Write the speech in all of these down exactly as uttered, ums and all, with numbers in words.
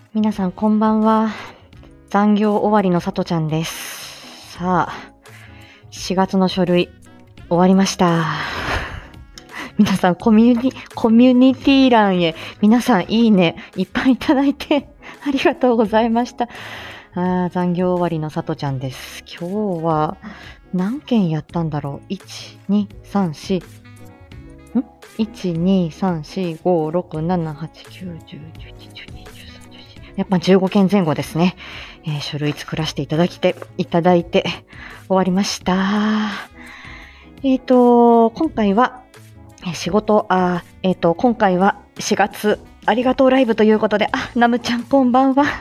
皆さんこんばんは。残業終わりのさとちゃんです。さあ、しがつの書類終わりました。皆さんコミュニ、コミュニティ欄へ皆さんいいねいっぱいいただいてありがとうございました。あー残業終わりのさとちゃんです。今日は何件やったんだろう。いち、に、さん、し、ん ?いち、に、さん、し、ご、ろく、なな、はち、きゅう、じゅう、じゅういち、じゅうに、じゅうさん、じゅうよん、やっぱじゅうごけんぜん後ですね。えー、書類作らせていただきて、いただいて終わりました。えっ、ー、と、今回は仕事、あえっ、ー、と、今回はしがつありがとうライブということで、あ、ナムちゃんこんばんは。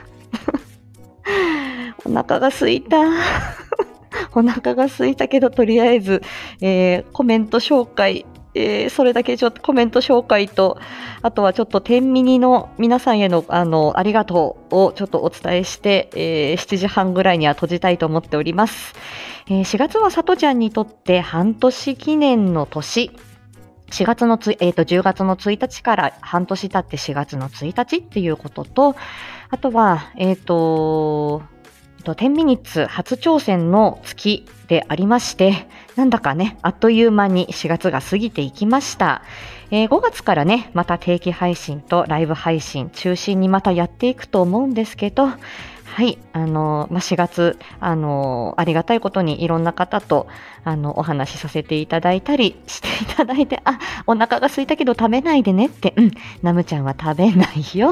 お腹が空いた。お腹が空いたけど、とりあえず、えー、コメント紹介、えー、それだけちょっとコメント紹介と、あとはちょっと天ミニの皆さんへのあのありがとうをちょっとお伝えして、えー、しちじはんぐらいには閉じたいと思っております。えー、しがつはさとちゃんにとって半年記念の年。しがつのつ、えーと、じゅうがつのついたちから半年経ってしがつのついたちっていうことと、あとは、えっと、じゅうミニッツ初挑戦の月でありまして、なんだかね、あっという間にしがつが過ぎていきました。えー、ごがつからね、また定期配信とライブ配信中心にまたやっていくと思うんですけど、はい、あのー、まあ、しがつ、あのー、ありがたいことにいろんな方と、あの、お話しさせていただいたりしていただいて、あ、お腹が空いたけど食べないでねって、うん、ナムちゃんは食べないよ。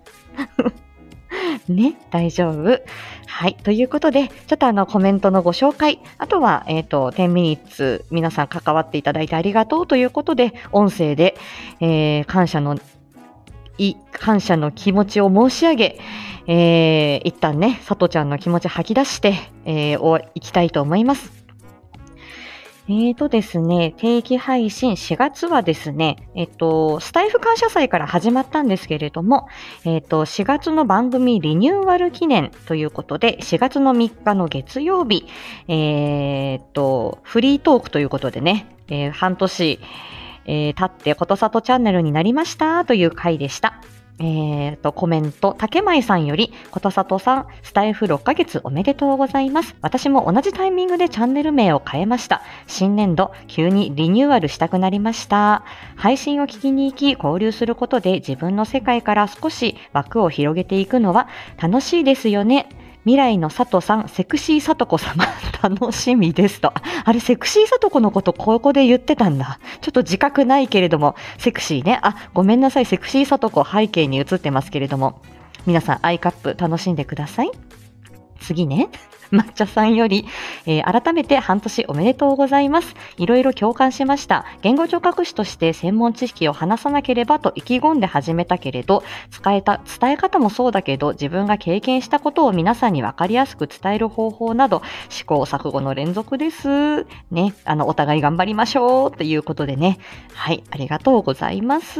ね、大丈夫。はい。ということで、ちょっとあの、コメントのご紹介、あとは、えっと、じゅうミニッツ、皆さん関わっていただいてありがとうということで、音声で、えー、感謝の、い、感謝の気持ちを申し上げ、えー、一旦ね、さとちゃんの気持ち吐き出して、えー、お、いきたいと思います。えーとですね、定期配信しがつはですね、えっと、スタイフ感謝祭から始まったんですけれども、えっと、しがつの番組リニューアル記念ということで、しがつのみっかの月曜日、えー、っと、フリートークということでね、えー、半年、えー、経ってことさとチャンネルになりましたという回でした。えーと、コメント、竹舞さんより、ことさとさん、スタイフろっかげつおめでとうございます。私も同じタイミングでチャンネル名を変えました。新年度、急にリニューアルしたくなりました。配信を聞きに行き、交流することで自分の世界から少し枠を広げていくのは楽しいですよね。未来のさとさん、セクシーさとこ様、楽しみですと。あれ、セクシーさとこのこと、ここで言ってたんだ。ちょっと自覚ないけれども、セクシーね。あ、ごめんなさい、セクシーさとこ背景に映ってますけれども、皆さん、アイカップ楽しんでください。次ね。抹茶さんより、えー、改めて半年おめでとうございます。いろいろ共感しました。言語聴覚士として専門知識を話さなければと意気込んで始めたけれど、使えた、伝え方もそうだけど、自分が経験したことを皆さんに分かりやすく伝える方法など、試行錯誤の連続です。ね、あの、お互い頑張りましょうということでね。はい、ありがとうございます。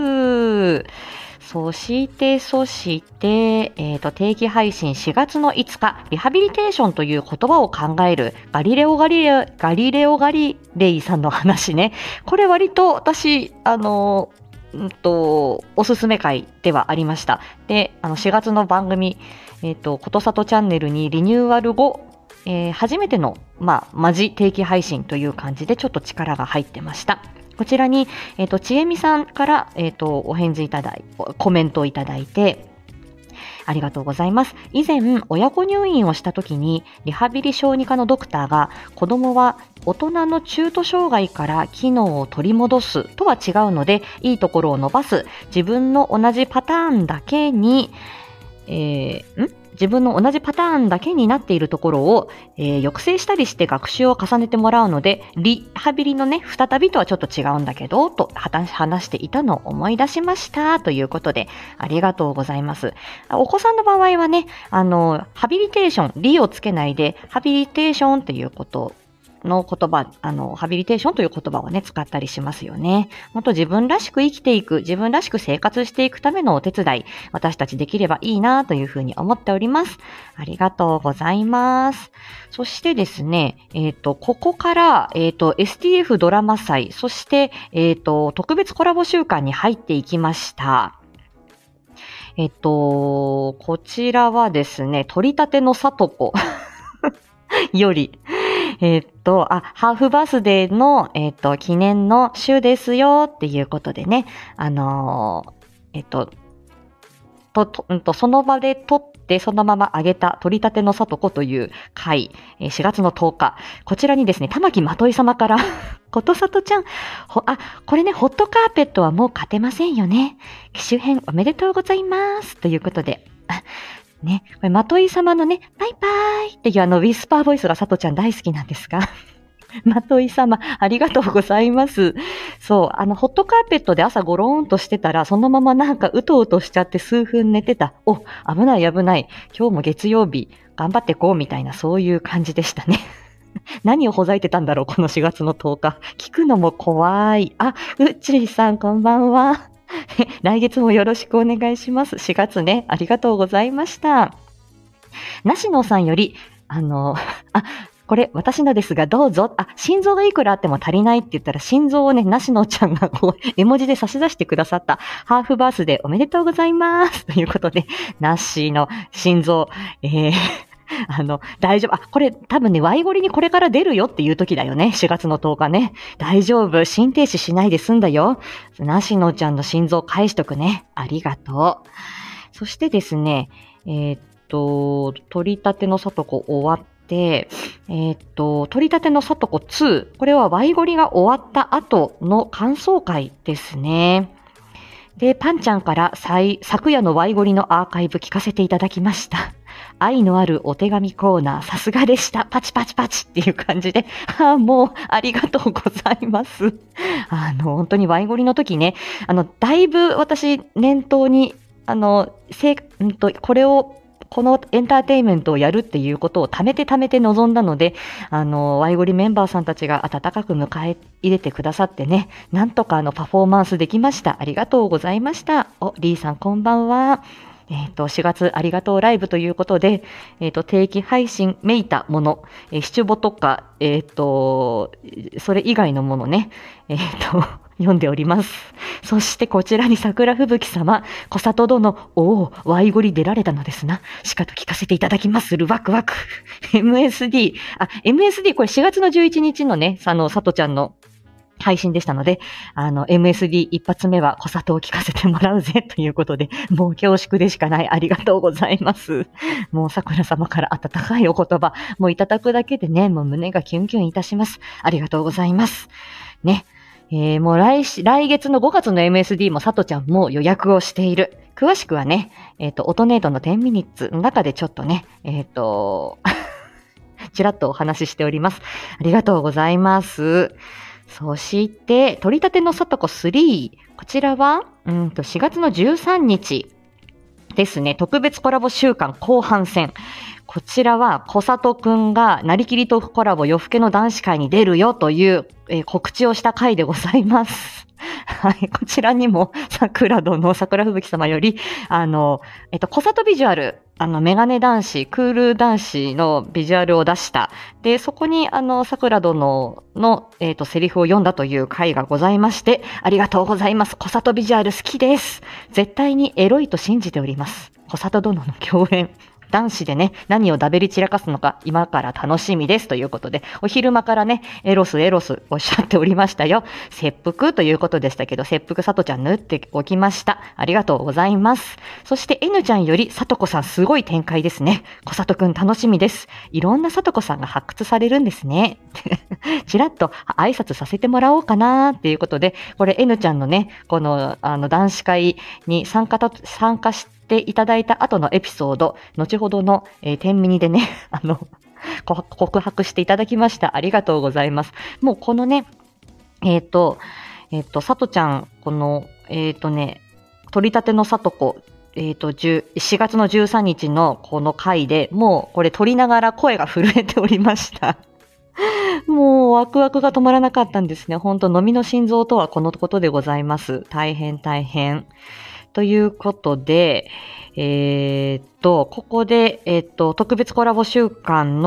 そして、そして、えっと、定期配信しがつのいつか、リハビリテーションという言葉を考えるガリレオ・ガリレ、ガリレオ・ガリレイさんの話ね。これ割と私、あの、うんと、おすすめ会ではありました。で、あの、しがつの番組、えっと、ことさとチャンネルにリニューアル後、えー、初めての、まあ、マジ定期配信という感じでちょっと力が入ってました。こちらに、えっと、ちえみさんから、えっと、お返事いただい、コメントをいただいて、ありがとうございます。以前、親子入院をした時に、リハビリ小児科のドクターが、子供は大人の中途障害から機能を取り戻すとは違うので、いいところを伸ばす、自分の同じパターンだけに、えー、ん自分の同じパターンだけになっているところを、えー、抑制したりして学習を重ねてもらうので、リハビリのね、再びとはちょっと違うんだけど、と話していたのを思い出しました。ということで、ありがとうございます。お子さんの場合はね、あの、ハビリテーション、リをつけないで、ハビリテーションっていうことの言葉、あの、ハビリテーションという言葉をね、使ったりしますよね。もっと自分らしく生きていく、自分らしく生活していくためのお手伝い、私たちできればいいなというふうに思っております。ありがとうございます。そしてですね、えっと、ここから、えっと、エスティーエフ ドラマ祭、そして、えっと、特別コラボ週間に入っていきました。 えっと、こちらはですね、取り立てのさとこより、えっと、あ、ハーフバースデーの、えっと、記念の週ですよっていうことでね、あのーえっと、と、と、うんと、その場で撮ってそのまま揚げた取り立てのさとこという回、えーしがつのとおか、こちらにですね、玉木まとい様から、ことさとちゃん、ほ、あ、これね、ホットカーペットはもう勝てませんよね。機種変おめでとうございます。ということで、あね、これ、まとい様のね、バイバイっていうあの、ウィスパーボイスがさとちゃん大好きなんですが、まとい様、ありがとうございます。そう、あの、ホットカーペットで朝ゴローンとしてたら、そのままなんかうとうとしちゃって数分寝てた。お、危ない危ない。今日も月曜日、頑張ってこうみたいな、そういう感じでしたね。何をほざいてたんだろう、このしがつのとおか。聞くのも怖い。あ、うっちーさん、こんばんは。来月もよろしくお願いします。しがつね、ありがとうございました。なしのさんより、あの、あ、これ私のですがどうぞ。あ、心臓がいくらあっても足りないって言ったら心臓をね、なしのちゃんがこう、絵文字で差し出してくださったハーフバースデーおめでとうございます。ということで、なしの心臓、えー、あの、大丈夫。あ、これ多分ね、ワイゴリにこれから出るよっていう時だよね。しがつのとおかね。大丈夫。心停止しないで済んだよ。なしのちゃんの心臓返しとくね。ありがとう。そしてですね、えーっと、取り立てのさとこ終わって、えーっと、取り立てのさとこに、これはワイゴリが終わった後の感想会ですね。で、パンちゃんから昨夜のワイゴリのアーカイブ聞かせていただきました。愛のあるお手紙コーナー、さすがでした。パチパチパチっていう感じで、ああ、もう、ありがとうございます。あの、本当にワイゴリの時ね、あの、だいぶ私、念頭に、あの、せ、うんと、これを、このエンターテインメントをやるっていうことを貯めて貯めて臨んだので、あの、ワイゴリメンバーさんたちが温かく迎え入れてくださってね、なんとかあのパフォーマンスできました。ありがとうございました。お、リーさんこんばんは。えっ、と、しがつありがとうライブということで、えっ、と、定期配信めいたもの、えー、七五とか、えっ、と、それ以外のものね、えっ、と、読んでおります。そしてこちらに桜吹雪様、小里殿、おお、ワイゴリ出られたのですな。しかと聞かせていただきまする。ワクワク。エムエスディー、あ、エムエスディー これしがつのじゅういちにちのね、あの、さとちゃんの配信でしたので、あの、エムエスディー 一発目は小里を聞かせてもらうぜということで、もう恐縮でしかない。ありがとうございます。もう桜様から温かいお言葉、もういただくだけでね、もう胸がキュンキュンいたします。ありがとうございます。ね。えー、もう来し、来月のごがつの エムエスディー もさとちゃんも予約をしている。詳しくはね、えっ、と、オトネートのじゅうミニッツの中でちょっとね、えっ、と、ちらっとお話ししております。ありがとうございます。そして、取り立てのさとこさん。こちらは、うんと、しがつのじゅうさんにちですね。特別コラボ週間後半戦。こちらは、小里くんが、なりきりトークコラボ夜更けの男子会に出るよという、えー、告知をした回でございます。はい。こちらにも、桜殿、桜吹雪様より、あの、えっと、小里ビジュアル、あの、メガネ男子、クール男子のビジュアルを出した。で、そこに、あの、桜殿の、えっと、セリフを読んだという回がございまして、ありがとうございます。小里ビジュアル好きです。絶対にエロいと信じております。小里殿の共演。男子でね、何をダベり散らかすのか、今から楽しみですということで、お昼間からね、エロスエロスおっしゃっておりましたよ。切腹ということでしたけど、切腹さとちゃん縫っておきました。ありがとうございます。そして N ちゃんより、さとこさんすごい展開ですね。小里くん楽しみです。いろんなさとこさんが発掘されるんですね。ちらっと挨拶させてもらおうかなっていうことで、これ N ちゃんのね、この、あの、男子会に参加と、参加して、ていただいた後のエピソード、後ほどの、えー、天ミニでね、あの、告白していただきました。ありがとうございます。もうこのね、えっ、ー、と、えっ、ー、と、さとちゃん、この、えっ、ー、とね、取り立てのさとこ、えっ、と、しがつのじゅうさんにちのこの回でもうこれ撮りながら声が震えておりました。もうワクワクが止まらなかったんですね。本当飲みの心臓とはこのことでございます。大変大変。ということで、えー、っと、ここで、えー、っと、特別コラボ週間の、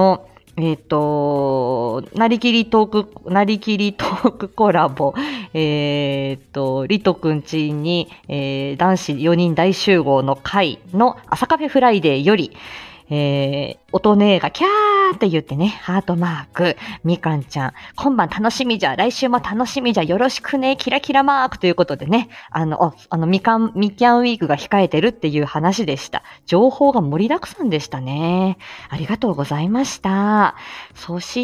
えっ、と、なりきりトーク、なりきりトークコラボ、えっ、と、リトくんちに、えー、男子よにん大集合の会の朝カフェフライデーより、えー、音ねーがキャーって言ってね、ハートマーク、みかんちゃん、今晩楽しみじゃ、来週も楽しみじゃ、よろしくね、キラキラマークということでね、あの、あの、みかん、みきゃんウィークが控えてるっていう話でした。情報が盛りだくさんでしたね。ありがとうございました。そして、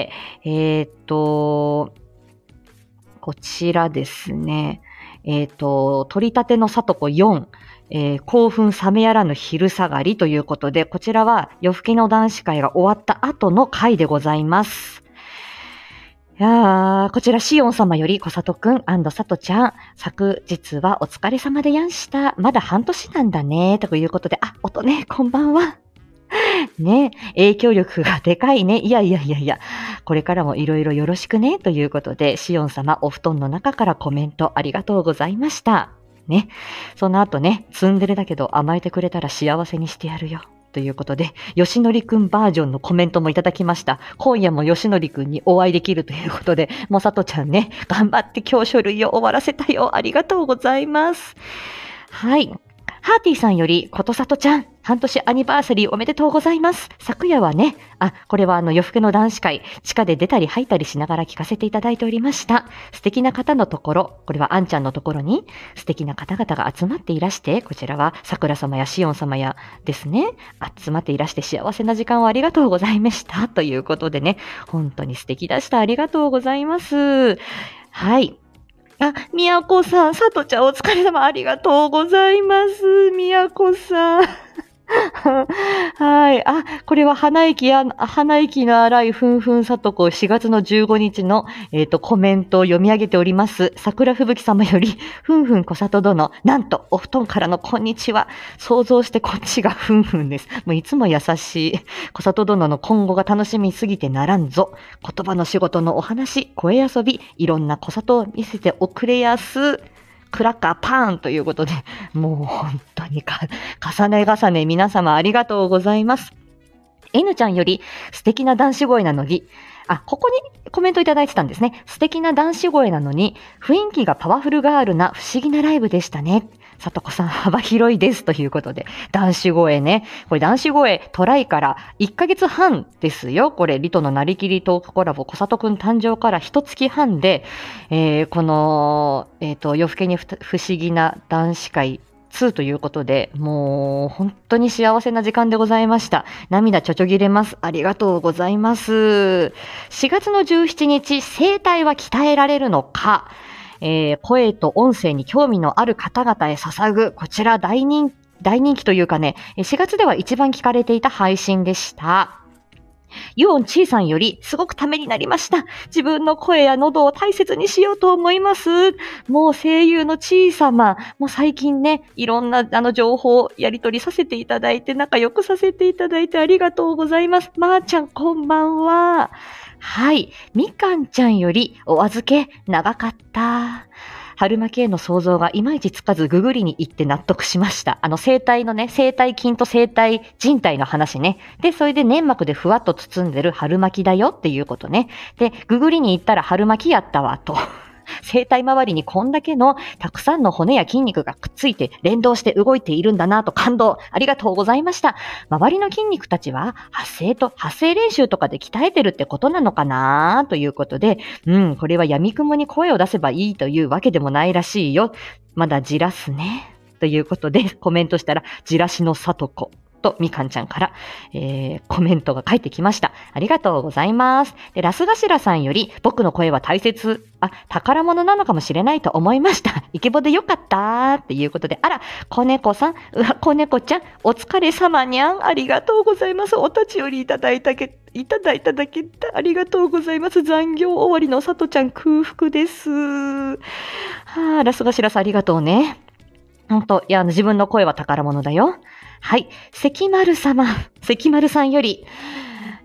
えー、っと、こちらですね、えー、っと、取り立てのさとこよん、えー、興奮冷めやらぬ昼下がりということで、こちらは夜更けの男子会が終わった後の回でございます。いやー、こちらシオン様より小里くん&さとちゃん、昨日はお疲れ様でやんした。まだ半年なんだね。ということで、あ、音ね、こんばんは。ね、影響力がでかいね。いやいやいやいや、これからもいろいろよろしくね。ということで、シオン様お布団の中からコメントありがとうございました。ね。その後ね、ツンデレだけど甘えてくれたら幸せにしてやるよ。ということで、よしのりくんバージョンのコメントもいただきました。今夜もよしのりくんにお会いできるということで、もうさとちゃんね、頑張って今日書類を終わらせたよ。ありがとうございます。はい。ハーティーさんより、ことさとちゃん、半年アニバーサリーおめでとうございます。昨夜はね、あ、これはあの夜更けの男子会、地下で出たり入ったりしながら聞かせていただいておりました。素敵な方のところ、これはあんちゃんのところに、素敵な方々が集まっていらして、こちらは桜様やシオン様やですね、集まっていらして幸せな時間をありがとうございました。ということでね、本当に素敵でした。ありがとうございます。はい。あ、みやこさん、さとちゃんお疲れ様ありがとうございます。みやこさん。はい。あ、これは花息や、花息の荒いふんふんさとこしがつのじゅうごにちの、えっと、コメントを読み上げております。桜吹雪様より、ふんふんこさと殿、なんと、お布団からのこんにちは。想像してこっちがふんふんです。もういつも優しい。こさと殿の今後が楽しみすぎてならんぞ。言葉の仕事のお話、声遊び、いろんなこさとを見せておくれやす。クラッカーパーンということで、もう本当にか重ね重ね皆様ありがとうございます。N ちゃんより素敵な男子声なのに、あ、ここにコメントいただいてたんですね。素敵な男子声なのに、雰囲気がパワフルガールな不思議なライブでしたね。さとこさん幅広いですということで、男子声ね。これ男子声トライからいっかげつはんですよ。これ、リトのなりきりトークコラボ、小里くん誕生からいっかげつはんで、えー、この、えっと、夜更けに不思議な男子会、にということで、もう本当に幸せな時間でございました。涙ちょちょぎれます。ありがとうございます。しがつのじゅうしちにち、声帯は鍛えられるのか、えー、声と音声に興味のある方々へ捧ぐ、こちら大人気、大人気というかね、しがつでは一番聞かれていた配信でした。ユオンチーさんよりすごくためになりました。自分の声や喉を大切にしようと思います。もう声優のチー様、もう最近ね、いろんなあの情報をやり取りさせていただいて、仲良くさせていただいてありがとうございます。まーちゃんこんばんは。はい。みかんちゃんよりお預け長かった。春巻きへの想像がいまいちつかずググりに行って納得しました。あの生体のね、生体筋と生体人体の話ね。で、それで粘膜でふわっと包んでる春巻きだよっていうことね。で、ググりに行ったら春巻きやったわ、と。生体周りにこんだけのたくさんの骨や筋肉がくっついて連動して動いているんだなと感動。ありがとうございました。周りの筋肉たちは発声と発声練習とかで鍛えてるってことなのかなということで、うん、これは闇雲に声を出せばいいというわけでもないらしいよ。まだじらすね。ということでコメントしたら、じらしのさとこ。とみかんちゃんから、えー、コメントが返ってきました。ありがとうございます。で、ラスガシラさんより、僕の声は大切、あ、宝物なのかもしれないと思いました。イケボでよかったっていうことで、あら、子猫さん、うわ、子猫ちゃん、お疲れ様にゃん。ありがとうございます。お立ち寄りいただいたけ、いただいただけた、ありがとうございます。残業終わりのさとちゃん空腹です。はあ、ラスガシラさんありがとうね。本当、いや、自分の声は宝物だよ。はい。関丸様、関丸さんより、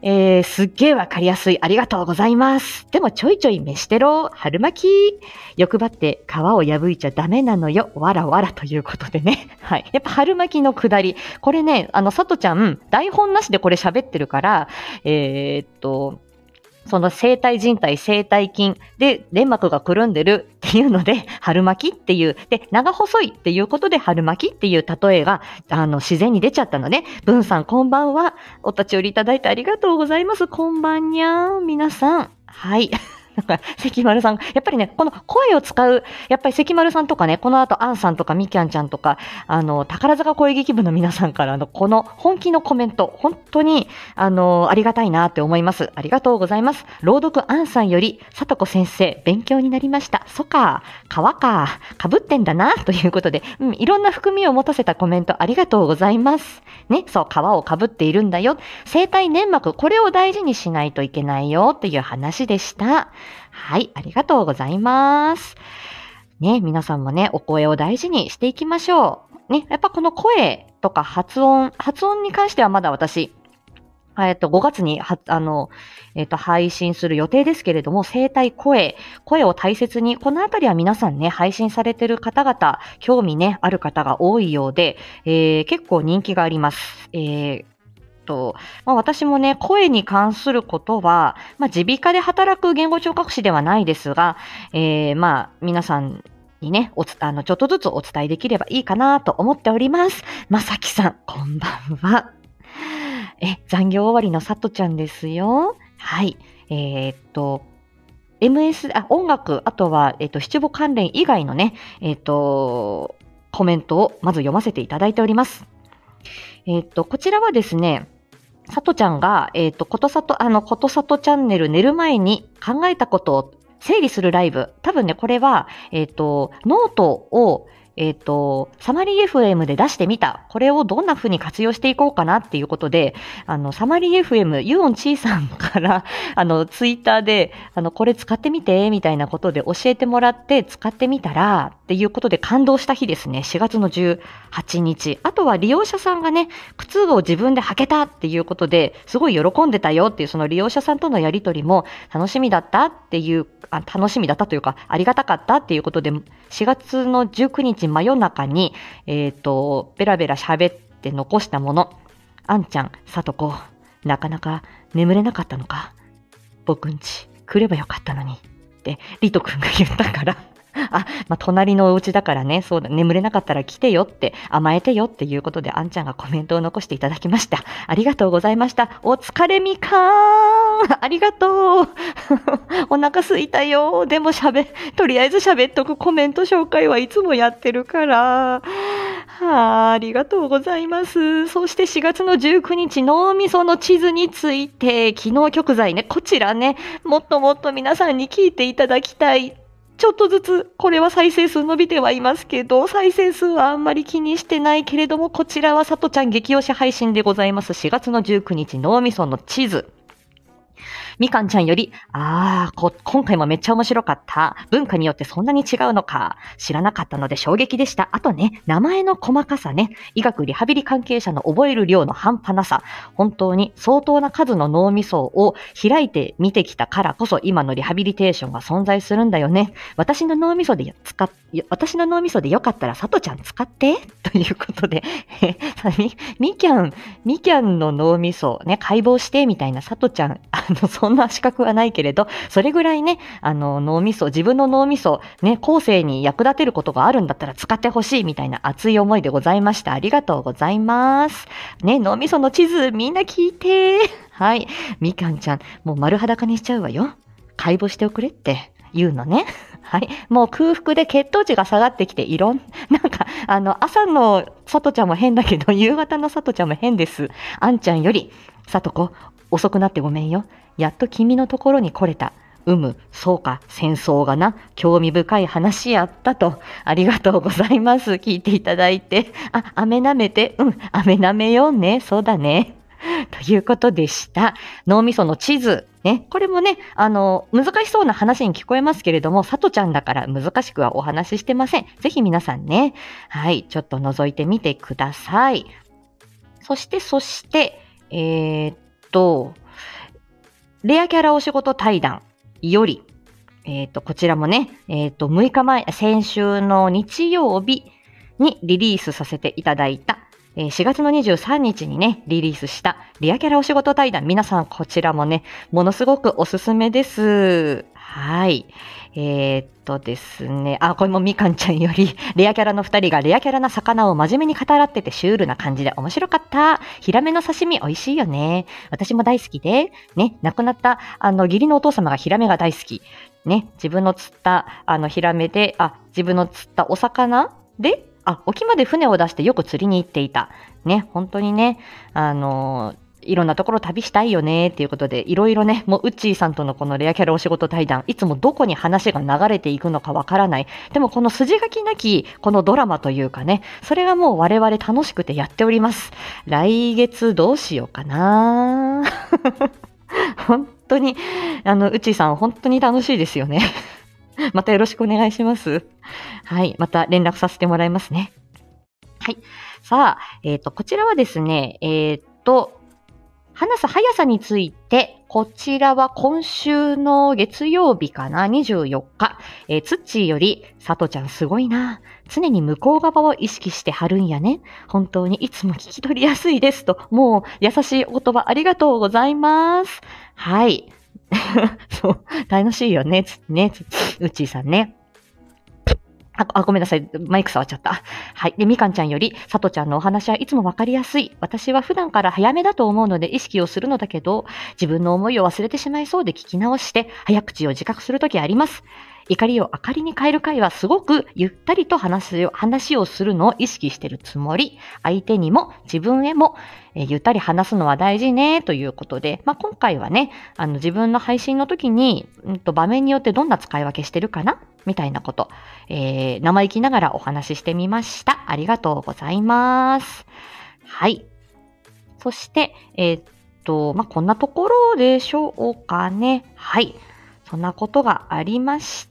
えー、すっげーわかりやすい。ありがとうございます。でもちょいちょい飯テロ、春巻き。欲張って皮を破いちゃダメなのよ。わらわらということでね。はい。やっぱ春巻きのくだり。これね、あの、さとちゃん、台本なしでこれ喋ってるから、えー、っと、その生体人体、生体筋で粘膜がくるんでるっていうので、春巻きっていう、で、長細いっていうことで春巻きっていう例えが、あの、自然に出ちゃったので、文さんこんばんは。お立ち寄りいただいてありがとうございます。こんばんにゃー。皆さん。はい。なんか、関丸さん、やっぱりね、この声を使う、やっぱり関丸さんとかね、この後、アンさんとかみきゃんちゃんとか、あの、宝塚声劇部の皆さんからの、この本気のコメント、本当に、あの、ありがたいなって思います。ありがとうございます。朗読アンさんより、さとこ先生、勉強になりました。そか、皮か、かぶってんだな、ということで、うん、いろんな含みを持たせたコメント、ありがとうございます。ね、そう、皮をかぶっているんだよ。生体粘膜、これを大事にしないといけないよ、っていう話でした。はい、ありがとうございます。ね、皆さんもね、お声を大事にしていきましょう。ね、やっぱこの声とか発音、発音に関してはまだ私、えっと、ごがつには、あの、えっと、配信する予定ですけれども、声帯、声、声を大切に、このあたりは皆さんね、配信されている方々、興味ね、ある方が多いようで、えー、結構人気があります。えーとまあ、私もね、声に関することは、まあ、耳鼻科で働く言語聴覚士ではないですが、えー、まあ、皆さんにね、おつあの、ちょっとずつお伝えできればいいかなと思っております。まさきさん、こんばんは。え、残業終わりのさとちゃんですよ。はい。えー、っと、エムエス、あ、音楽、あとは、えっと、七五関連以外のね、えっと、コメントをまず読ませていただいております。えっと、こちらはですね、さとちゃんが、えっと、ことさと、あの、ことさとチャンネル寝る前に考えたことを整理するライブ。多分ね、これは、えっと、ノートを、えっと、サマリー エフエム で出してみた。これをどんな風に活用していこうかなっていうことで、あの、サマリー エフエム、ユオンチーさんから、あの、ツイッターで、あの、これ使ってみて、みたいなことで教えてもらって使ってみたら、っていうことで感動した日ですね。しがつのじゅうはちにち。あとは利用者さんがね、靴を自分で履けたっていうことで、すごい喜んでたよっていう、その利用者さんとのやりとりも楽しみだったっていう、あ楽しみだったというか、ありがたかったっていうことで、しがつのじゅうくにち真夜中に、えっと、ベラベラ喋って残したもの。あんちゃん、さとこ、なかなか眠れなかったのか。僕んち来ればよかったのに。って、リトくんが言ったから。あ、まあ、隣のお家だからね、そうだ、眠れなかったら来てよって、甘えてよっていうことで、あんちゃんがコメントを残していただきました。ありがとうございました。お疲れみかーんありがとうお腹すいたよでも喋、とりあえず喋っとくコメント紹介はいつもやってるから。はあ、ありがとうございます。そしてしがつのじゅうくにち、脳みその地図について、機能極材ね、こちらね、もっともっと皆さんに聞いていただきたい。ちょっとずつ、これは再生数伸びてはいますけど、再生数はあんまり気にしてないけれども、こちらはさとちゃん激推し配信でございます。しがつのじゅうくにち、脳みその地図。みかんちゃんより、ああ、こ、今回もめっちゃ面白かった。文化によってそんなに違うのか。知らなかったので衝撃でした。あとね、名前の細かさね。医学リハビリ関係者の覚える量の半端なさ。本当に相当な数の脳みそを開いて見てきたからこそ今のリハビリテーションが存在するんだよね。私の脳みそで使っ、私の脳みそでよかったらさとちゃん使って。ということで、み、みきゃん、みきゃんの脳みそね、解剖してみたいなさとちゃん、あの、そんな資格はないけれど、それぐらいね、あの、脳みそ、自分の脳みそ、ね、後世に役立てることがあるんだったら使ってほしいみたいな熱い思いでございました。ありがとうございます。ね、脳みその地図、みんな聞いて。はい。みかんちゃん、もう丸裸にしちゃうわよ。解剖しておくれって言うのね。はい。もう空腹で血糖値が下がってきて、いろん、なんか、あの、朝のさとちゃんも変だけど、夕方のさとちゃんも変です。あんちゃんより、さとこ、遅くなってごめんよ。やっと君のところに来れた。うむ、そうか、戦争がな、興味深い話やったと。ありがとうございます。聞いていただいて。あ、飴舐めて。うん、飴舐めようね。そうだね。ということでした。脳みその地図。ね。これもね、あの、難しそうな話に聞こえますけれども、さとちゃんだから難しくはお話ししてません。ぜひ皆さんね、はい、ちょっと覗いてみてください。そして、そして、えー、っと、 レアキャラお仕事対談より、えっと、こちらもね、えっと、むいかまえ、先週の日曜日にリリースさせていただいた、えー、しがつのにじゅうさんにちにね、リリースしたレアキャラお仕事対談。皆さん、こちらもね、ものすごくおすすめです。はい。えー、っとですね。あ、これもみかんちゃんより、レアキャラのふたりがレアキャラな魚を真面目に語らっててシュールな感じで面白かった。ヒラメの刺身美味しいよね。私も大好きで、ね、亡くなった、あの、義理のお父様がヒラメが大好き。ね、自分の釣った、あの、ヒラメで、あ、自分の釣ったお魚で、あ、沖まで船を出してよく釣りに行っていた。ね、本当にね、あのー、いろんなところ旅したいよねっていうことで、いろいろね、もうウッチーさんとのこのレアキャラお仕事対談、いつもどこに話が流れていくのかわからない。でもこの筋書きなき、このドラマというかね、それがもう我々楽しくてやっております。来月どうしようかな本当に、あの、ウッチーさん本当に楽しいですよね。またよろしくお願いします。はい。また連絡させてもらいますね。はい。さあ、えっと、こちらはですね、えっと、話す速さについて、こちらは今週の月曜日かな、にじゅうよっか、えー、ツッチーより、さとちゃんすごいな。常に向こう側を意識してはるんやね。本当にいつも聞き取りやすいですと、もう優しいお言葉ありがとうございます。はい。そう、楽しいよね、つね、つうっちーさんね。あ、あ、ごめんなさい。マイク触っちゃった。はい。で、みかんちゃんより、さとちゃんのお話はいつもわかりやすい。私は普段から早めだと思うので意識をするのだけど、自分の思いを忘れてしまいそうで聞き直して、早口を自覚するときあります。怒りを明かりに変える回はすごくゆったりと話す話をするのを意識しているつもり。相手にも自分へも、えー、ゆったり話すのは大事ね、ということで、まあ、今回はね、あの自分の配信の時に、うんと、場面によってどんな使い分けしてるかなみたいなこと、えー、生意気ながらお話ししてみました。ありがとうございます。はい。そして、えー、っと、まあ、こんなところでしょうかね。はい。そんなことがありました。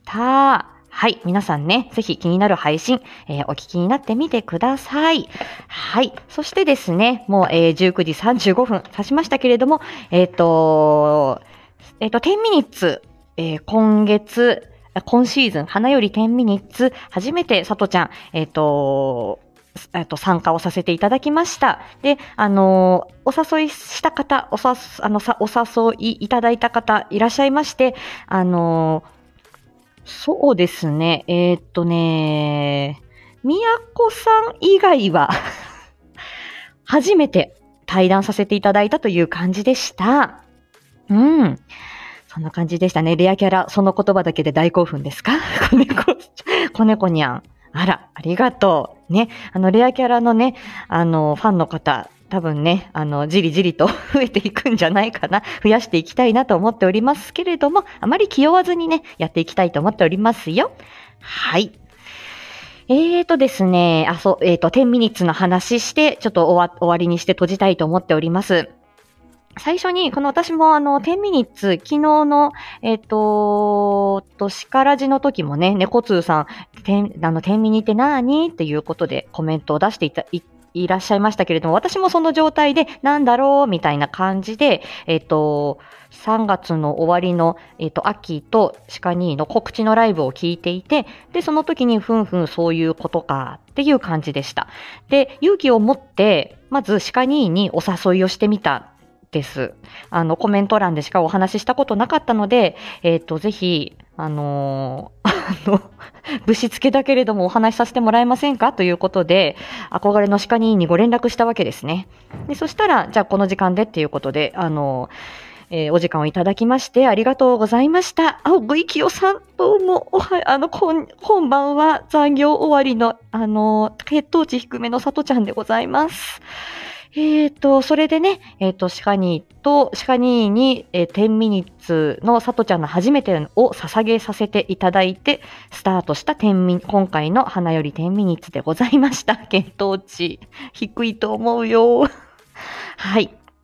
はい。皆さんね、ぜひ気になる配信、えー、お聞きになってみてください。はい。そしてですね、もう、えー、じゅうくじさんじゅうごふん経ちましたけれども、えー、っと、えー、っと、じゅうミニッツ、えー、今月、今シーズン、花よりじゅうミニッツ、初めて、さとちゃん、えっ、ー、と、えっと、参加をさせていただきました。で、あのー、お誘いした方、おさ、あのさ、お誘いいただいた方いらっしゃいまして、あのー、そうですね、えー、っとね、みやこさん以外は、初めて対談させていただいたという感じでした。うん。そんな感じでしたね。レアキャラ、その言葉だけで大興奮ですか？子猫、子猫にゃん。あら、ありがとう。ね、あの、レアキャラのね、あの、ファンの方、多分ね、あの、じりじりと増えていくんじゃないかな。増やしていきたいなと思っておりますけれども、あまり気負わずにね、やっていきたいと思っておりますよ。はい。えーとですね、あ、そう、えーと、じゅうミニッツの話して、ちょっと終わ終わりにして閉じたいと思っております。最初に、この私もあの、じゅうミニッツ、昨日の、えっ、ー、と、と、しからじの時もね、猫通さん、あの、じゅうミニって何っていうことでコメントを出していた、いいらっしゃいましたけれども、私もその状態で、なんだろうみたいな感じで、えっ、ー、と、さんがつの終わりの、えっ、ー、と、秋とシカニーの告知のライブを聞いていて、で、その時にふんふんそういうことかっていう感じでした。で、勇気を持って、まずシカニーにお誘いをしてみた。です。あの、コメント欄でしかお話ししたことなかったので、えっ、ー、と、ぜひ、あのー、あの、ぶしつけだけれどもお話しさせてもらえませんかということで、憧れのシカニーにご連絡したわけですね。で、そしたら、じゃあこの時間でっていうことで、あのー、えー、お時間をいただきましてありがとうございました。あ、ぐいきよさん、どうも、おは、あの、こん、今晩は残業終わりの、あのー、血糖値低めのさとちゃんでございます。えっ、ー、と、それでね、えっ、ー、と、シカニーと、シカニーに、えー、じゅうミニッツのさとちゃんの初めてを捧げさせていただいて、スタートしたじゅうミニ、今回の花よりじゅうミニッツでございました。血糖値、低いと思うよ。はい。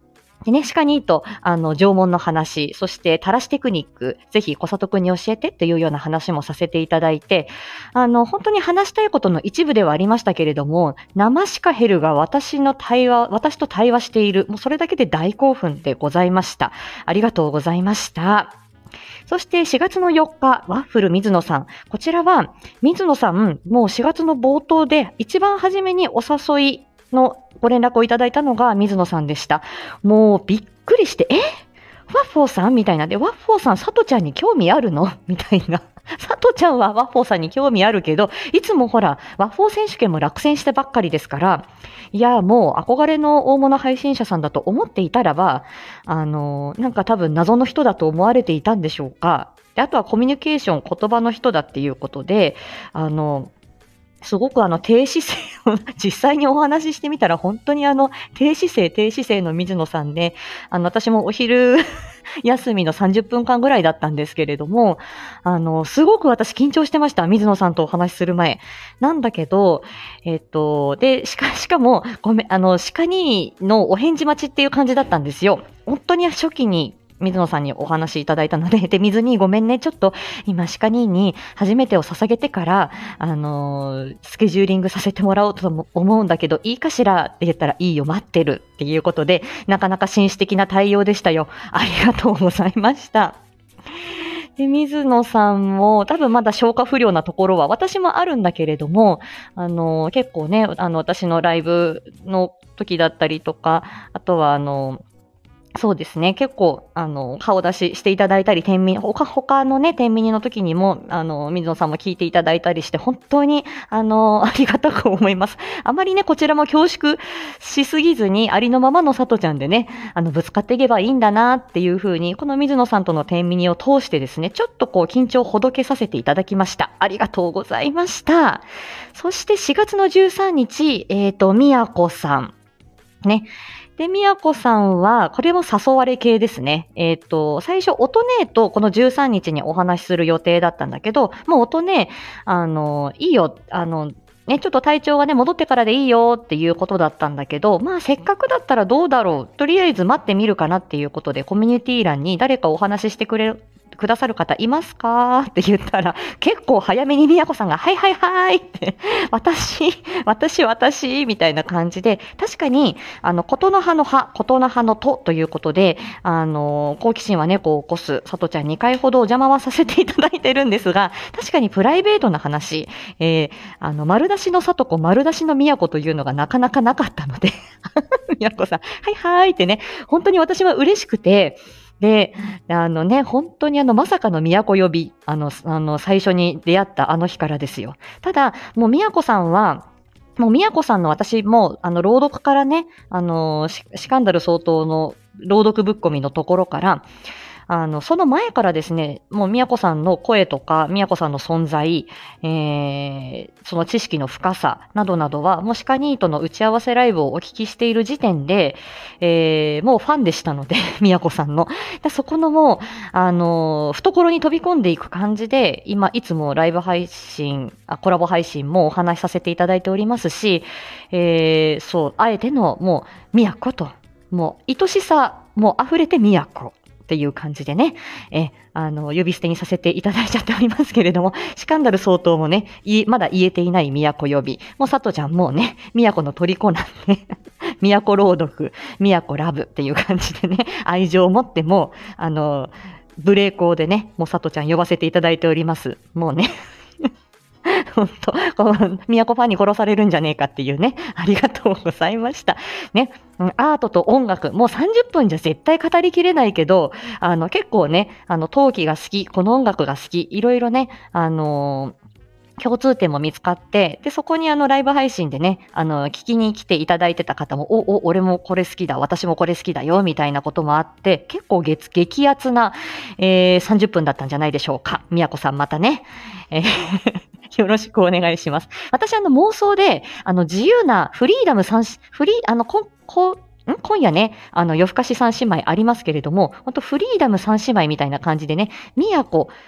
でね、鹿にと、あの、縄文の話、そして垂らしテクニック、ぜひ小里くんに教えてっていうような話もさせていただいて、あの、本当に話したいことの一部ではありましたけれども、生鹿ヘルが私の対話、私と対話している、もうそれだけで大興奮でございました。ありがとうございました。そしてしがつのよっか、ワッフル水野さん。こちらは、水野さん、もうしがつの冒頭で一番初めにお誘いのご連絡をいただいたのが水野さんでした。もうびっくりして、えワッフォーさんみたいな。で、ワッフォーさん、サトちゃんに興味あるのみたいな。サトちゃんはワッフォーさんに興味あるけど、いつもほら、ワッフォー選手権も落選してばっかりですから、いや、もう憧れの大物配信者さんだと思っていたらば、あの、なんか多分謎の人だと思われていたんでしょうか。で、あとはコミュニケーション、言葉の人だっていうことで、あの、すごくあの低姿勢を実際にお話ししてみたら本当にあの低姿勢低姿勢の水野さんで、あの私もお昼休みのさんじゅっぷんかんぐらいだったんですけれども、あのすごく私緊張してました。水野さんとお話しする前なんだけど、えっとでしかしかもごめんあの鹿にのお返事待ちっていう感じだったんですよ。本当に初期に水野さんにお話しいただいたので、で、水にごめんね、ちょっと今、鹿兄に初めてを捧げてから、あのー、スケジューリングさせてもらおうと思うんだけど、いいかしらって言ったら、いいよ、待ってるっていうことで、なかなか紳士的な対応でしたよ。ありがとうございました。で、水野さんも多分まだ消化不良なところは私もあるんだけれども、あの、結構ね、あの、私のライブの時だったりとか、あとはあの、そうですね。結構、あの、顔出ししていただいたり、天秤、他、他のね、天秤の時にも、あの、水野さんも聞いていただいたりして、本当に、あの、ありがたく思います。あまりね、こちらも恐縮しすぎずに、ありのままのさとちゃんでね、あの、ぶつかっていけばいいんだなっていうふうに、この水野さんとの天秤を通してですね、ちょっとこう、緊張をほどけさせていただきました。ありがとうございました。そしてしがつのじゅうさんにち、えっと、みやこさん。ね。で、みやこさんは、これも誘われ系ですね。えっと、最初、音ねとこのじゅうさんにちにお話しする予定だったんだけど、もう音ね、あの、いいよ、あの、ね、ちょっと体調がね、戻ってからでいいよっていうことだったんだけど、まあ、せっかくだったらどうだろう。とりあえず待ってみるかなっていうことで、コミュニティ欄に誰かお話ししてくれる、くださる方いますかって言ったら、結構早めにみやこさんが、はいはいはいって、私、私、私、みたいな感じで、確かに、あの、ことの葉の葉、ことの葉のとということで、あの、好奇心は猫を起こす、さとちゃんにかいほどお邪魔はさせていただいてるんですが、確かにプライベートな話、えー、あの、丸出しのさとこ、丸出しのみやこというのがなかなかなかったので、みやこさん、はいはいってね、本当に私は嬉しくて、で、あのね、本当にあの、まさかの都呼び、あの、あの、最初に出会ったあの日からですよ。ただ、もう宮子さんは、もう宮子さんの私も、あの、朗読からね、あの、シカンダル総統の朗読ぶっ込みのところから、あの、その前からですね、もう宮子さんの声とか、宮子さんの存在、えー、その知識の深さなどなどは、もしかニートの打ち合わせライブをお聞きしている時点で、えー、もうファンでしたので、宮子さんの。でそこのもう、あの、懐に飛び込んでいく感じで、今、いつもライブ配信、あコラボ配信もお話しさせていただいておりますし、えー、そう、あえての、もう、宮子と、もう、愛しさ、もう溢れて宮子。っていう感じでね、え、あの、呼び捨てにさせていただいちゃっておりますけれども、シカンダル総統もね、いまだ言えていない都呼び、もう佐藤ちゃんもうね、都の虜なんで、都朗読、都ラブっていう感じでね、愛情を持っても、あの、ブレーコーでね、もう佐藤ちゃん呼ばせていただいております。もうね。本当、この都ファンに殺されるんじゃねえかっていうね、ありがとうございました。ね、アートと音楽、もうさんじゅっぷんじゃ絶対語りきれないけど、あの、結構ね、あの、陶器が好き、この音楽が好き、いろいろね、あのー共通点も見つかって、で、そこにあのライブ配信でね、あの、聞きに来ていただいてた方も、お、お、俺もこれ好きだ、私もこれ好きだよ、みたいなこともあって、結構激激アツな、えー、さんじゅっぷんだったんじゃないでしょうか。みやこさんまたね、えー、よろしくお願いします。私あの妄想で、あの自由なフリーダム三、フリー、あの、こ、こ、ん今夜ね、あの、夜更かし三姉妹ありますけれども、本当フリーダム三姉妹みたいな感じでね、みやこ、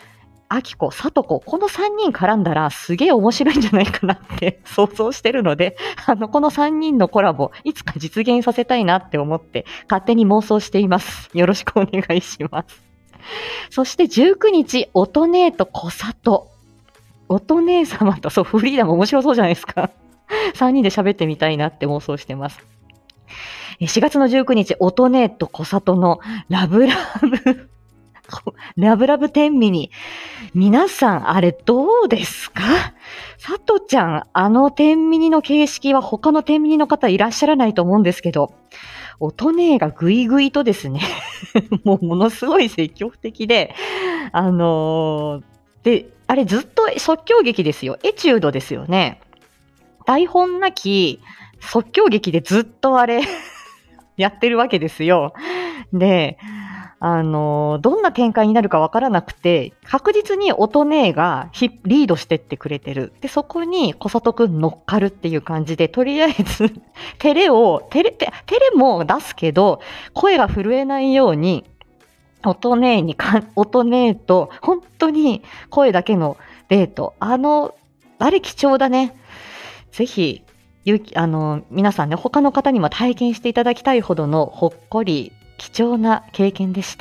あきこ、さとこ、このさんにん絡んだらすげえ面白いんじゃないかなって想像してるので、あの、このさんにんのコラボ、いつか実現させたいなって思って、勝手に妄想しています。よろしくお願いします。そしてじゅうくにち、音姉と小里。音姉様と、そう、フリーダム面白そうじゃないですか。さんにんで喋ってみたいなって妄想してます。しがつのじゅうくにち、音姉と小里のラブラブ、ラブラブ天秤に、皆さん、あれどうですか？さとちゃん、あの天秤の形式は他の天秤の方いらっしゃらないと思うんですけど、音姉がぐいぐいとですね、もうものすごい積極的で、あのー、で、あれずっと即興劇ですよ。エチュードですよね。台本なき即興劇でずっとあれやってるわけですよ。で、あの、どんな展開になるかわからなくて、確実に音姉がリードしてってくれてる。で、そこに小里くん乗っかるっていう感じで、とりあえず、照れを、照れ、照れも出すけど、声が震えないように、音姉にか、音姉と、本当に声だけのデート。あの、あれ貴重だね。ぜひ、ゆあの、皆さんね、他の方にも体験していただきたいほどのほっこり、貴重な経験でした。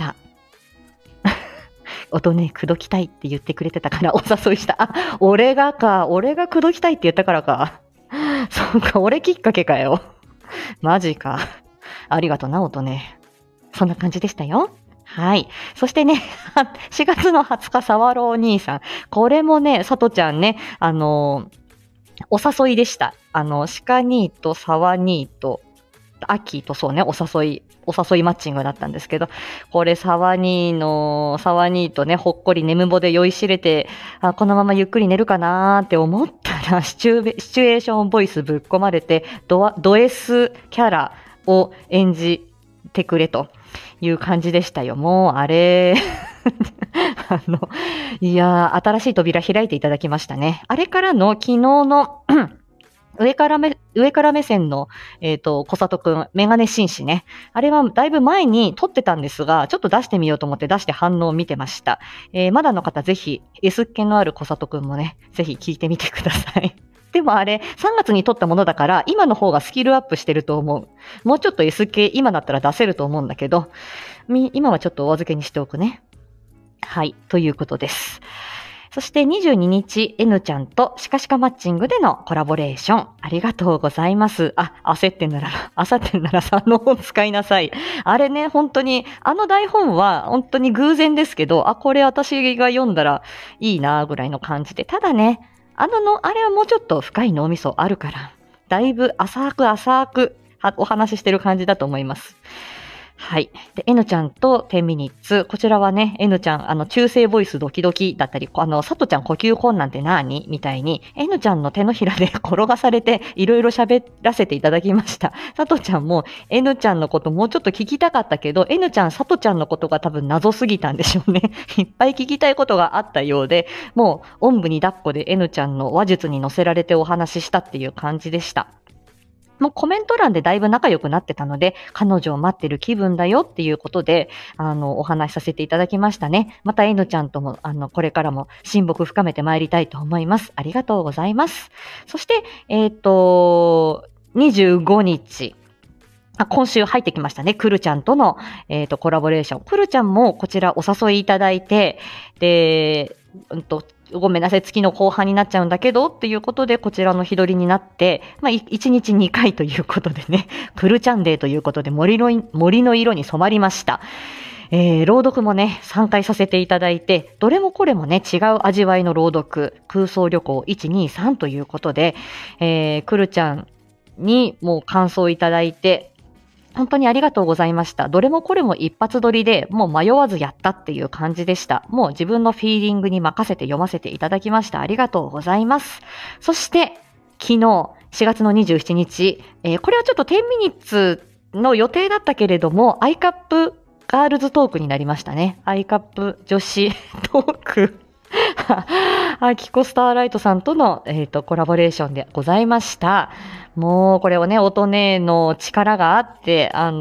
音ね、口説きたいって言ってくれてたからお誘いした。あ、俺がか、俺が口説きたいって言ったからか。そうか、俺きっかけかよ。マジか。ありがとな、音ね。そんな感じでしたよ。はい。そしてね、しがつのはつか、さわろう兄さん。これもね、さとちゃんね、あのー、お誘いでした。あの、鹿兄と沢兄と、秋とそうね、お誘い、お誘いマッチングだったんですけど、これ沢兄の、沢兄とね、ほっこり眠ぼで酔いしれて、あ、このままゆっくり寝るかなーって思ったら、シチュエ、シチュエーションボイスぶっ込まれて、ド、ド S キャラを演じてくれという感じでしたよ。もう、あれ、あの、いやー、新しい扉開いていただきましたね。あれからの昨日の、上から目、上から目線の、えっと、小里くん、メガネ紳士ね。あれはだいぶ前に撮ってたんですが、ちょっと出してみようと思って出して反応を見てました。えー、まだの方ぜひ、S っ気のある小里くんもね、ぜひ聞いてみてください。でもあれ、さんがつに撮ったものだから、今の方がスキルアップしてると思う。もうちょっと S 系、今だったら出せると思うんだけど、今はちょっとお預けにしておくね。はい、ということです。そしてにじゅうににち、N ちゃんとシカシカマッチングでのコラボレーション。ありがとうございます。あ、焦ってんなら、焦ってんならさんの本使いなさい。あれね、本当に、あの台本は本当に偶然ですけど、あ、これ私が読んだらいいなぐらいの感じで。ただね、あのの、あれはもうちょっと深い脳みそあるから、だいぶ浅く浅くお話ししてる感じだと思います。はい。で、N ちゃんとじゅうミニッツ。こちらはね、N ちゃん、あの、中性ボイスドキドキだったり、あの、さとちゃん呼吸困難って何みたいに、N ちゃんの手のひらで転がされて、いろいろ喋らせていただきました。さとちゃんも、N ちゃんのこともうちょっと聞きたかったけど、N ちゃん、さとちゃんのことが多分謎すぎたんでしょうね。いっぱい聞きたいことがあったようで、もう、おんぶに抱っこで N ちゃんの話術に乗せられてお話ししたっていう感じでした。もうコメント欄でだいぶ仲良くなってたので、彼女を待ってる気分だよっていうことで、あの、お話しさせていただきましたね。また N ちゃんとも、あの、これからも親睦深めてまいりたいと思います。ありがとうございます。そして、えっと、にじゅうごにち。あ、今週入ってきましたね。くるちゃんとの、えっと、コラボレーション。くるちゃんもこちらお誘いいただいて、で、うんと、ごめんなさい、月の後半になっちゃうんだけど、っていうことで、こちらの日取りになって、まあ、いちにちにかいということでね、くるちゃんデーということで森の、森の色に染まりました。えー、朗読もね、さんかいさせていただいて、どれもこれもね、違う味わいの朗読、空想旅行いち、に、さんということで、えー、くるちゃんにもう感想いただいて、本当にありがとうございました。どれもこれも一発撮りでもう迷わずやったっていう感じでした。もう自分のフィーリングに任せて読ませていただきました。ありがとうございます。そして昨日しがつのにじゅうしちにち、えー、これはちょっとじゅうミニッツの予定だったけれども、アイカップガールズトークになりましたね。アイカップ女子トーク。アキコスターライトさんとの、えーと、コラボレーションでございました。もうこれをね、音姉の力があって、あの、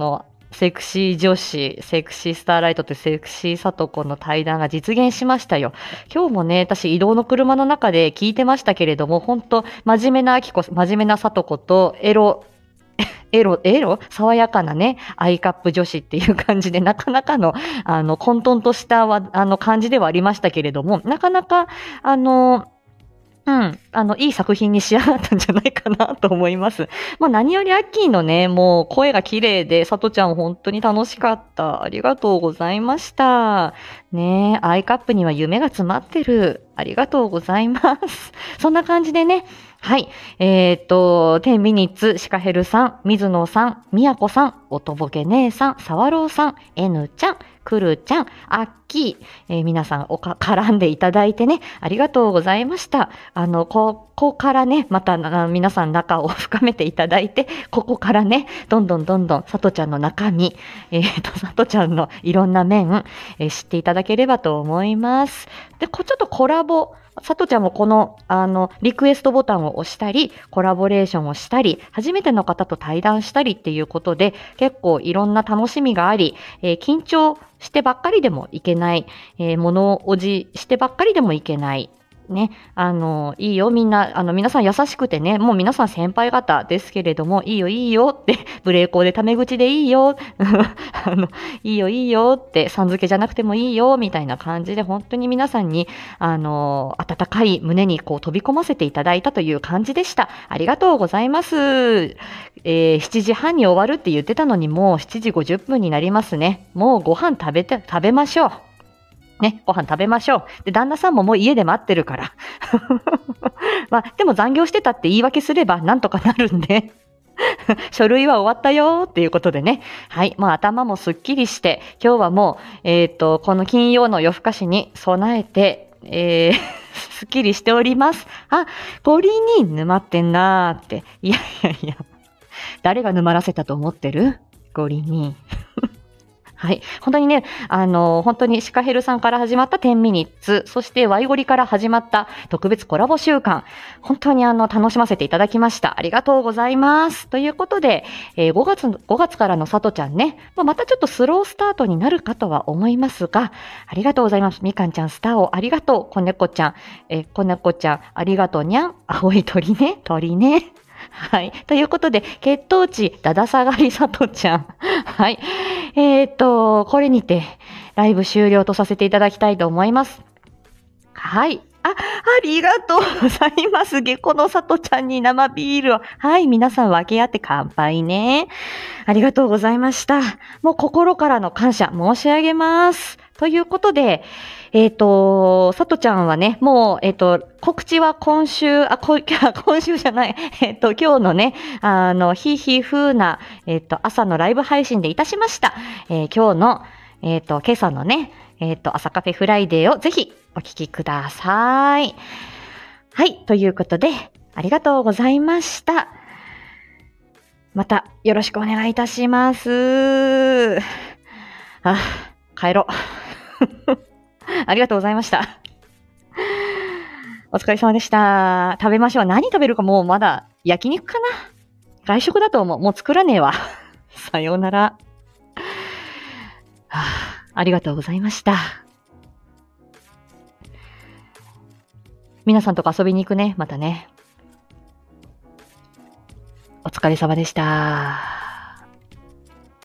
セクシー女子、セクシースターライトとセクシーさとこの対談が実現しましたよ。今日もね、私移動の車の中で聞いてましたけれども、本当真面目なあきこ、真面目なさとことエロ、エロ、エロ爽やかなね、アイカップ女子っていう感じで、なかなかの、あの、混沌としたわ、あの、感じではありましたけれども、なかなか、あの、うん。あの、いい作品に仕上がったんじゃないかなと思います。まあ、何よりアッキーのね、もう声が綺麗で、さとちゃん本当に楽しかった。ありがとうございました。ねえ、アイカップには夢が詰まってる。ありがとうございます。そんな感じでね、はい。えっ、と、じゅうミニッツ、シカヘルさん、水野さん、みやこさん、おとぼけ姉さん、さわろうさん、N ちゃん、くるちゃん、あっきー、えー皆さんおか絡んでいただいてね、ありがとうございました。あの、ここからね、またあ皆さん仲を深めていただいて、ここからね、どんどんどんどん、さとちゃんの中身、えっ、と、さとちゃんのいろんな面、えー知っていただければと思います。で、こちょっとコラボ、さとちゃんもこの、あの、リクエストボタンを押したり、コラボレーションをしたり、初めての方と対談したりっていうことで、結構いろんな楽しみがあり、えー緊張してばっかりでもいけない、えー物おじしてばっかりでもいけない、ね、あの、いいよ、みんな、あの、皆さん優しくてね、もう皆さん先輩方ですけれども、いいよ、いいよって、ブレーコーでタメ口でいいよ、あの、いいよ、いいよって、さん付けじゃなくてもいいよ、みたいな感じで、本当に皆さんに、あの、温かい胸にこう飛び込ませていただいたという感じでした。ありがとうございます。えー、しちじはんに終わるって言ってたのに、もうしちじごじゅっぷんになりますね。もうご飯食べて、食べましょう。ね、ご飯食べましょう。で、旦那さんももう家で待ってるから。まあ、でも残業してたって言い訳すればなんとかなるんで。書類は終わったよっていうことでね。はい。もう頭もすっきりして、今日はもう、えっ、と、この金曜の夜更かしに備えて、えーすっきりしております。あ、ゴリに沼ってんなーって。いやいやいや。誰が沼らせたと思ってるゴリに。はい。本当にね、あの、本当にシカヘルさんから始まったじゅうミニッツ、そしてワイゴリから始まった特別コラボ週間、本当にあの、楽しませていただきました。ありがとうございます。ということで、えーごがつ、ごがつからのさとちゃんね、まあ、またちょっとスロースタートになるかとは思いますが、ありがとうございます。みかんちゃんスターをありがとう。子猫ちゃん、えー、子猫ちゃんありがとうにゃん。青い鳥ね、鳥ね。はい。ということで、血糖値、だだ下がりさとちゃん。はい。えっ、と、これにて、ライブ終了とさせていただきたいと思います。はい。あ、ありがとうございます。下戸のさとちゃんに生ビールを。はい。皆さん分け合って乾杯ね。ありがとうございました。もう心からの感謝申し上げます。ということで、えっ、と、さとちゃんはね、もう、えっ、と、告知は今週、あ、こ今週じゃない、えっ、と、今日のね、あの、ひひふな、えっ、と、朝のライブ配信でいたしました。えー今日の、えっ、と、今朝のね、えっ、と、朝カフェフライデーをぜひお聞きください。はい、ということで、ありがとうございました。またよろしくお願いいたします。あ、帰ろう。ありがとうございました。お疲れ様でした。食べましょう。何食べるかもうまだ焼肉かな。外食だと思う。もう作らねえわ。さようなら。はあ、ありがとうございました。皆さんとこ遊びに行くね。またね。お疲れ様でした。